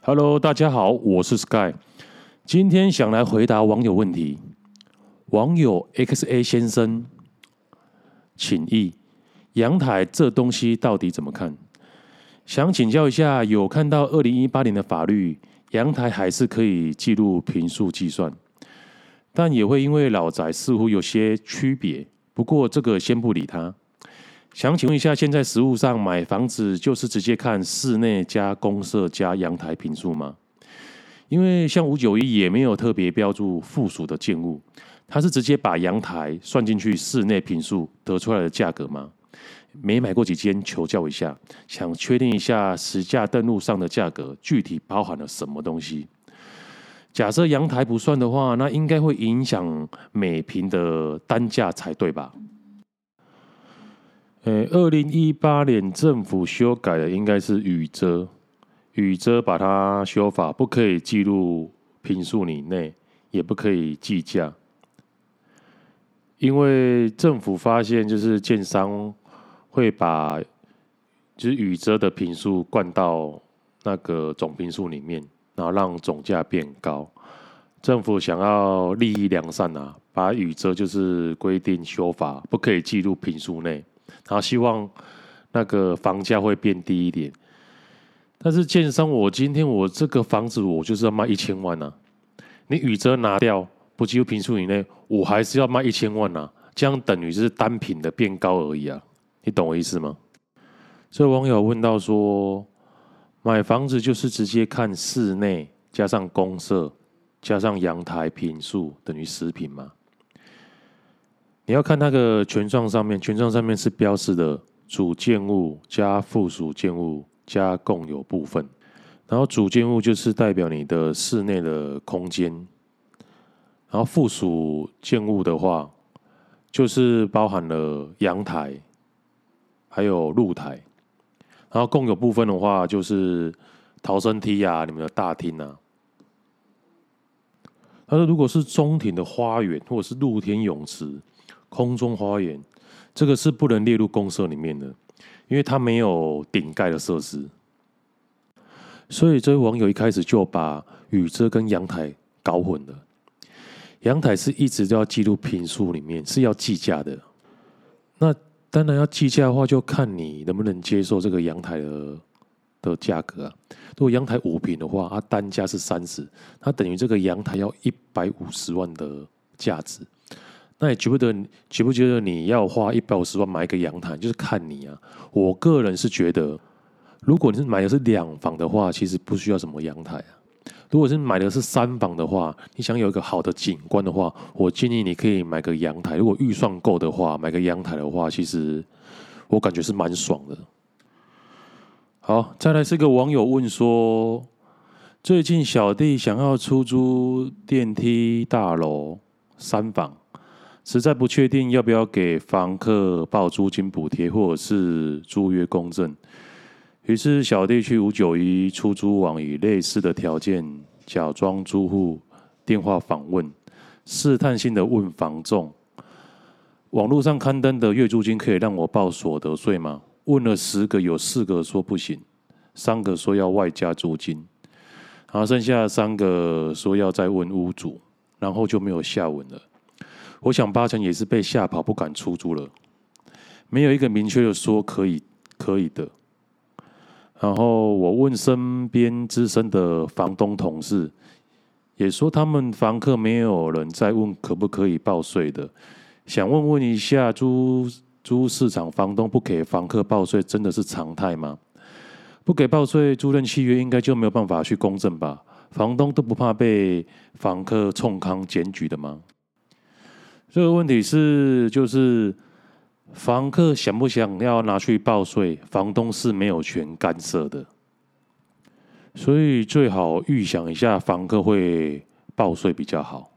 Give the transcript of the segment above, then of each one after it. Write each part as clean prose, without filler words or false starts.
Hello，大家好，我是 Sky，今天想来回答网友问题。网友 XA 先生，请益，阳台这东西到底怎么看？想请教一下，有看到2018年的法律，阳台还是可以计入坪数计算，但也会因为老宅似乎有些区别。不过这个先不理他。想请问一下，现在实务上买房子就是直接看室内加公设加阳台坪数吗？因为像591也没有特别标注附属的建物，它是直接把阳台算进去室内坪数得出来的价格吗？没买过几间，求教一下，想确定一下实价登录上的价格具体包含了什么东西。假设阳台不算的话，那应该会影响每坪的单价才对吧？2018年政府修改的应该是雨遮把它修法，不可以计入坪数以内，也不可以计价，因为政府发现就是建商会把就是雨遮的坪数灌到那个总坪数里面，然后让总价变高。政府想要利益良善啊，把雨遮就是规定修法，不可以计入坪数内。然后希望那个房价会变低一点，但是建商，今天我这个房子我就是要卖1000万啊！你雨遮拿掉，不计入坪数以内，我还是要卖1000万啊！这样等于是单品的变高而已啊！你懂我意思吗？这网友问到说，买房子就是直接看室内加上公设加上阳台坪数等于10坪吗？你要看那个权状上面，权状上面是标示的主建物加附属建物加共有部分，然后主建物就是代表你的室内的空间，然后附属建物的话，就是包含了阳台还有露台，然后共有部分的话就是逃生梯啊，你们的大厅啊。但是如果是中庭的花园或者是露天泳池、空中花园，这个是不能列入公设里面的，因为它没有顶盖的设施。所以这位网友一开始就把雨遮跟阳台搞混了。阳台是一直都要计入坪数里面，是要计价的。那当然要计价的话，就看你能不能接受这个阳台的价格啊。如果阳台5坪的话，它单价是30，它等于这个阳台要150万的价值。那你觉不觉得你要花150万买一个阳台，就是看你啊。我个人是觉得，如果你是买的是2房的话，其实不需要什么阳台啊。如果是买的是3房的话，你想有一个好的景观的话，我建议你可以买个阳台。如果预算够的话，买个阳台的话，其实我感觉是蛮爽的。好，再来是个网友问说，最近小弟想要出租电梯大楼3房，实在不确定要不要给房客报租金补贴或者是租约公证。于是小弟去591出租网以类似的条件，假装租户电话访问，试探性的问房仲，网络上刊登的月租金可以让我报所得税吗？问了10个，有4个说不行，3个说要外加租金，然后剩下3个说要再问屋主，然后就没有下文了。我想8成也是被吓跑，不敢出租了。没有一个明确的说可以的。然后我问身边资深的房东同事，也说他们房客没有人在问可不可以报税的。想问一下，租市场房东不给房客报税，真的是常态吗？不给报税，租赁契约应该就没有办法去公证吧？房东都不怕被房客冲康检举的吗？这个问题就是房客想不想要拿去报税，房东是没有权干涉的。所以最好预想一下房客会报税比较好。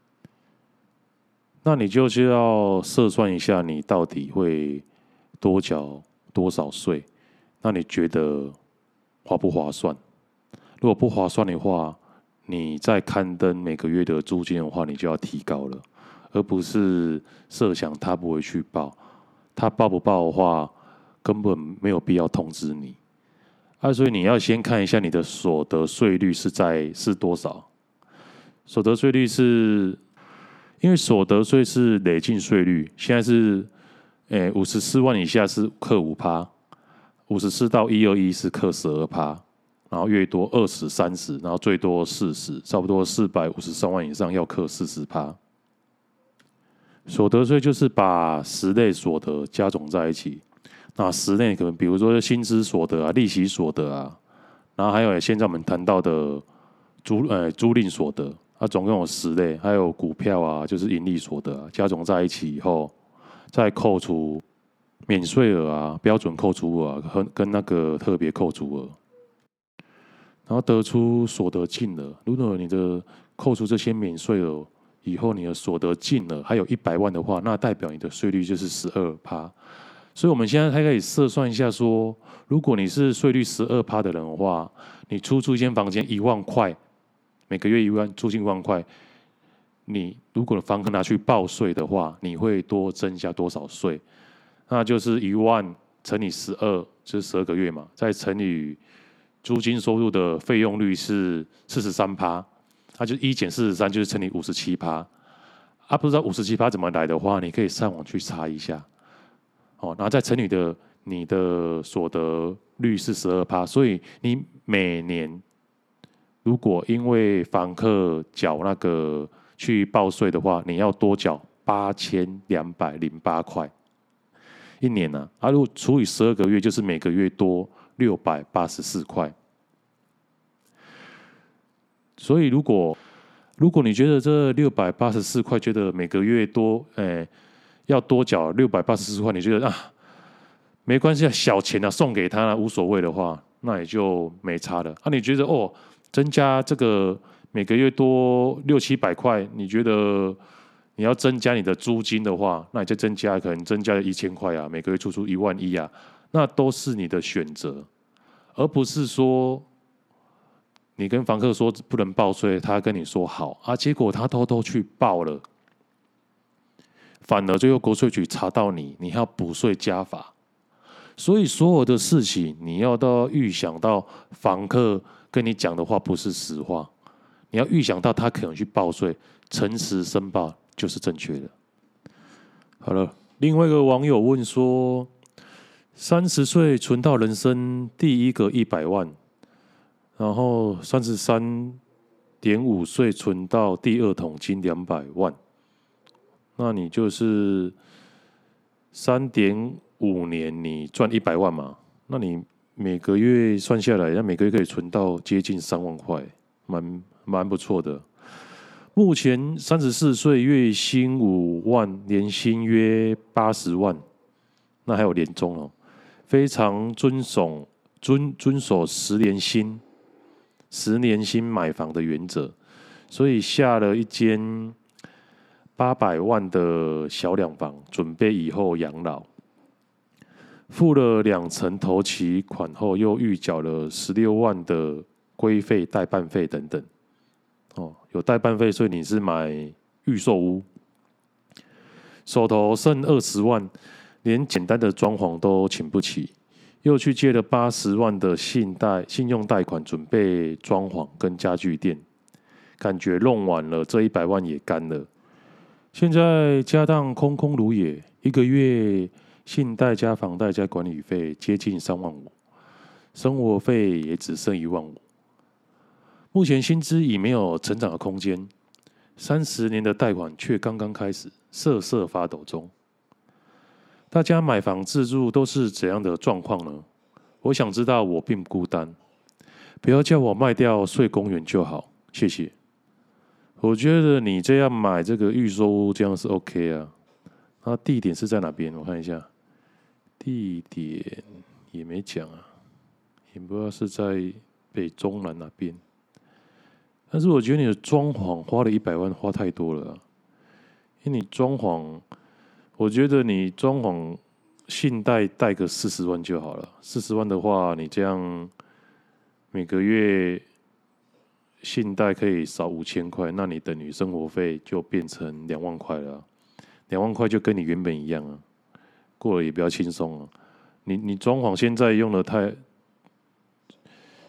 那你就是要测算一下，你到底会多缴多少税？那你觉得划不划算？如果不划算的话，你再刊登每个月的租金的话，你就要提高了，而不是设想他不会去报。他报不报的话，根本没有必要通知你。 所以你要先看一下你的所得税率是多少。所得税率是因为所得税是累进税率，现在是54万以下是课5%，54到121是课12%，然后越多20、30，然后最多40，差不多453万以上要课40%。所得税就是把10类所得加总在一起，那10类可能比如说薪资所得啊、利息所得啊，然后还有现在我们谈到的租赁所得，总共有10类，还有股票啊，就是盈利所得啊，加总在一起以后，再扣除免税额啊、标准扣除额啊，跟那个特别扣除额，然后得出所得净额。如果你的扣除这些免税额以后，你的所得净额还有100万的话，那代表你的税率就是12%。所以我们现在还可以测算一下说，如果你是税率12%的人的话，你出租一间房间1万块，每个月1万，租金1万块，你如果房客拿去报税的话，你会多增加多少税？那就是1万乘以12，就是12个月嘛，再乘以租金收入的费用率是43%，那就1减43就是乘以57%。不知道57%怎么来的话，你可以上网去查一下。然后再乘以你的所得率是12%，所以你每年如果因为房客缴那个去报税的话，你要多缴8208块一年呢。如果除以12个月，就是每个月多684块。所以如果你觉得这684块，觉得每个月要多缴684块，你觉得没关系啊，小钱啊，送给他无所谓的话，那也就没差了。你觉得增加这个每个月多600-700块，你觉得你要增加你的租金的话，那你再可能增加了1000块啊，每个月出11000啊，那都是你的选择，而不是说你跟房客说不能报税，他跟你说好结果他偷偷去报了。反而最后国税局查到你要补税加罚，所以所有的事情你都要预想到房客跟你讲的话不是实话，你要预想到他可能去报税，诚实申报就是正确的。好了，另外一个网友问说，30岁存到人生第一个100万，然后33.5岁存到第2桶金200万。那你就是3.5年，你赚100万嘛？那你每个月算下来，那每个月可以存到接近3万块，蛮不错的。目前34岁，月薪5万，年薪约80万，那还有年终非常遵守10年薪买房的原则，所以下了一间800万的小两房，准备以后养老。付了2成头期款后，又预缴了16万的规费、代办费等等。有代办费，所以你是买预售屋，手头剩20万，连简单的装潢都请不起，又去借了80万的信用贷款，准备装潢跟家具店，感觉弄完了，这100万也干了。现在家当空空如也，一个月信贷加房贷加管理费接近3万5，生活费也只剩1万5。目前薪资已没有成长的空间，30年的贷款却刚刚开始，瑟瑟发抖中。大家买房自住都是怎样的状况呢？我想知道，我并不孤单，不要叫我卖掉睡公园就好，谢谢。我觉得你这样买这个预售屋这样是 OK 啊。那地点是在哪边？我看一下，地点也没讲啊，也不知道是在北中南哪边。但是我觉得你的装潢花了100万，花太多了因为你装潢，我觉得你装潢信贷贷个40万就好了。40万的话，你这样每个月信贷可以少5000块，那你等于生活费就变成2万块了2万块就跟你原本一样啊，过得也比较轻松啊。你装潢现在用的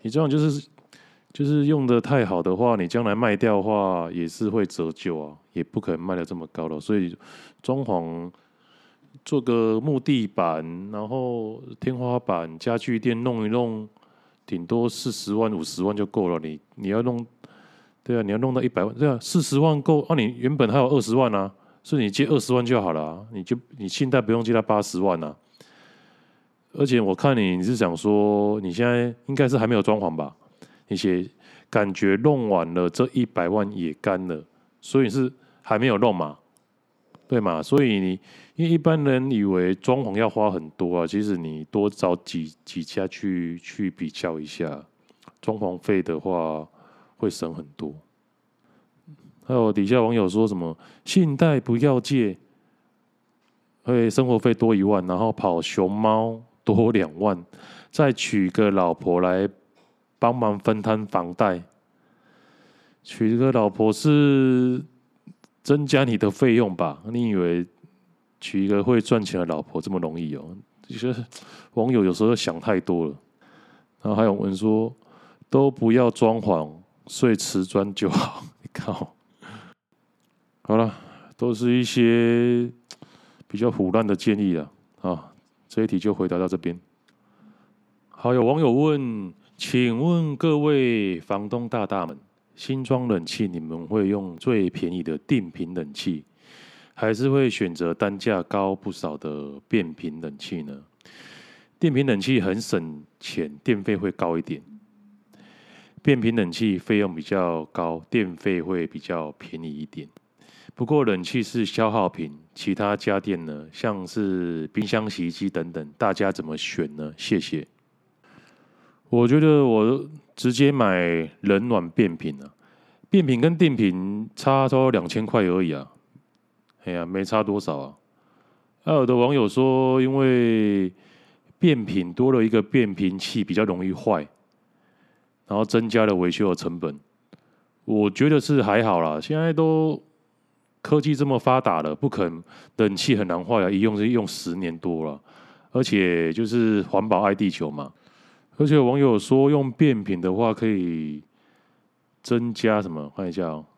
你这样就是用的太好的话，你将来卖掉的话也是会折旧啊，也不可能卖的这么高了。所以装潢做个木地板，然后天花板、家具店弄一弄，顶多40万、50万就够了。你要弄，对啊，你要弄到100万，对啊，40万够啊。你原本还有20万啊，所以你借20万就好了啊。你信贷不用借到80万啊。而且我看你是想说，你现在应该是还没有装潢吧？你写感觉弄完了，这100万也干了，所以是还没有弄嘛，对嘛？所以因为一般人以为装潢要花很多啊，其实你多找几家去比较一下，装潢费的话会省很多。还有底下网友说什么信贷不要借，会生活费多1万，然后跑熊猫多2万，再娶个老婆来帮忙分摊房贷。娶个老婆是增加你的费用吧？你以为娶一个会赚钱的老婆这么容易哦？其实网友有时候想太多了。然后还有人说，都不要装潢，睡瓷砖就好。你靠！好了，都是一些比较唬烂的建议了啊。这一题就回答到这边。好，有网友问，请问各位房东大大们，新装冷气你们会用最便宜的定频冷气，还是会选择单价高不少的变频冷气呢？电瓶冷气很省钱，电费会高一点；变频冷气费用比较高，电费会比较便宜一点。不过冷气是消耗品，其他家电呢，像是冰箱、洗衣机等等，大家怎么选呢？谢谢。我觉得我直接买冷暖变频啊，变频跟电频差都2000块而已啊，哎呀，没差多少啊。还有的网友说，因为变频多了一个变频器，比较容易坏，然后增加了维修的成本。我觉得是还好啦，现在都科技这么发达了，不可能冷气很难坏啊，一用是用10年多了，而且就是环保爱地球嘛。而且有网友说，用变频的话可以增加什么？看一下哦，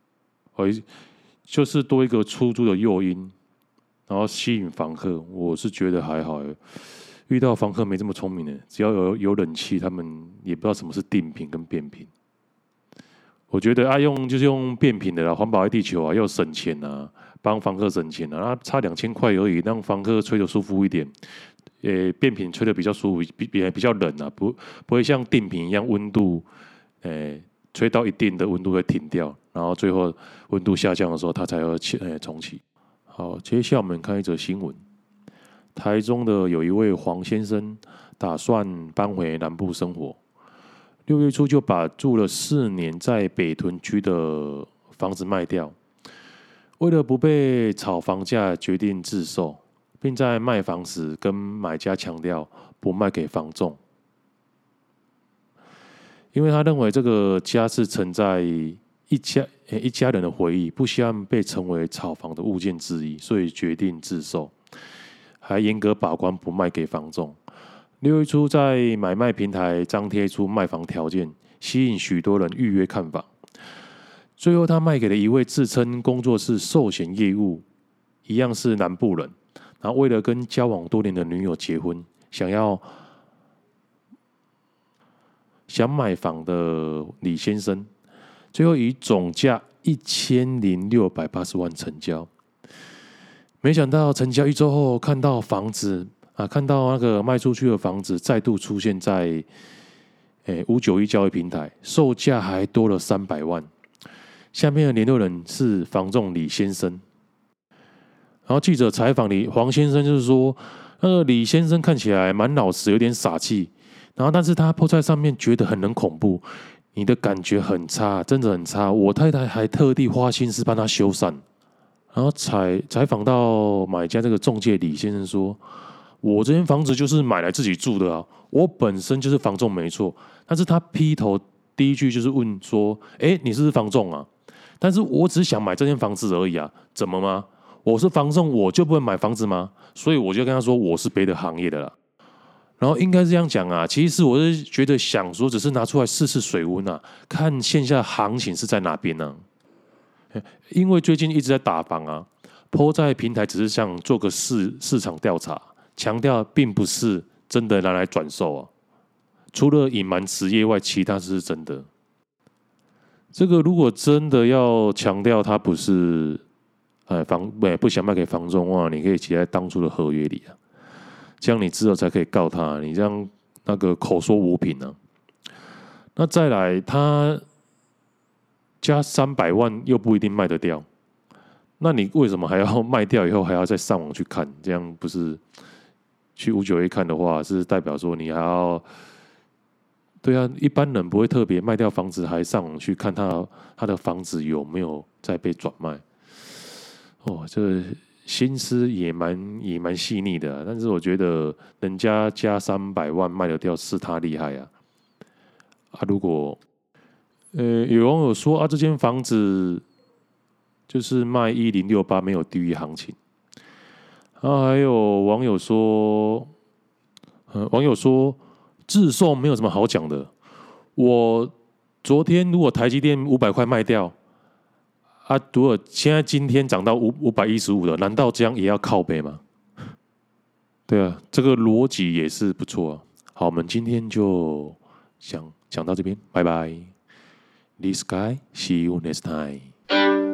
就是多一个出租的诱因，然后吸引房客。我是觉得还好，遇到房客没这么聪明的，只要有冷气，他们也不知道什么是定频跟变频。我觉得就是用变频的啦，环保爱地球啊，又省钱啊，帮房客省钱啊，差2000块而已，让房客吹得舒服一点。变频吹得比较舒服，比较冷啊，不会像定频一样温度，吹到一定的温度会停掉，然后最后温度下降的时候，它才会重启。好，接下来我们看一则新闻：台中的有一位黄先生打算搬回南部生活，6月初就把住了4年在北屯区的房子卖掉，为了不被炒房价，决定自售。并在卖房时跟买家强调不卖给房仲，因为他认为这个家是承载一家人的回忆，不希望被成为炒房的物件之一，所以决定自售，还严格把关不卖给房仲。6月初在买卖平台张贴出卖房条件，吸引许多人预约看房。最后他卖给了一位自称工作室寿险业务，一样是南部人。然后为了跟交往多年的女友结婚，想买房的李先生，最后以总价1680万成交。没想到成交1周后，看到那个卖出去的房子再度出现在591交易平台，售价还多了300万。下面的联络人是房仲李先生。然后记者采访黄先生，就是说，那个李先生看起来蛮老实，有点傻气。然后，但是他 po 在上面觉得很恐怖，你的感觉很差，真的很差。我太太还特地花心思帮他修缮。然后采访到买家这个中介李先生说：“我这间房子就是买来自己住的啊，我本身就是房仲没错。但是他劈头第一句就是问说：‘你是不是房仲啊？’但是我只是想买这间房子而已啊，怎么吗？我是房仲，我就不能买房子吗？所以我就跟他说我是别的行业的啦。 然后应该是这样讲啊，其实我是觉得想说，只是拿出来试试水温啊，看线下行情是在哪边呢、因为最近一直在打房啊，po 在平台只是想做个市场调查，强调并不是真的拿来转售啊。除了隐瞒职业外，其他是真的。这个如果真的要强调它不是不想卖给房仲的话，你可以写在当初的合约里啊，这样你之后才可以告他。你这样那个口说无凭啊。那再来，他加300万又不一定卖得掉，那你为什么还要卖掉以后还要再上网去看？这样不是去591看的话，是代表说你还要对啊，一般人不会特别卖掉房子还上网去看他的房子有没有在被转卖。哦，这个心思也蛮细腻的啊，但是我觉得人家加300万卖得掉是他厉害啊！啊，如果有网友说啊，这间房子就是卖1068，没有低于行情。啊，还有网友说自售没有什么好讲的。我昨天如果台积电500块卖掉啊，如果现在今天涨到515了，难道这样也要靠背吗？对啊，这个逻辑也是不错啊。好，我们今天就讲到这边，拜拜。This guy, see you next time.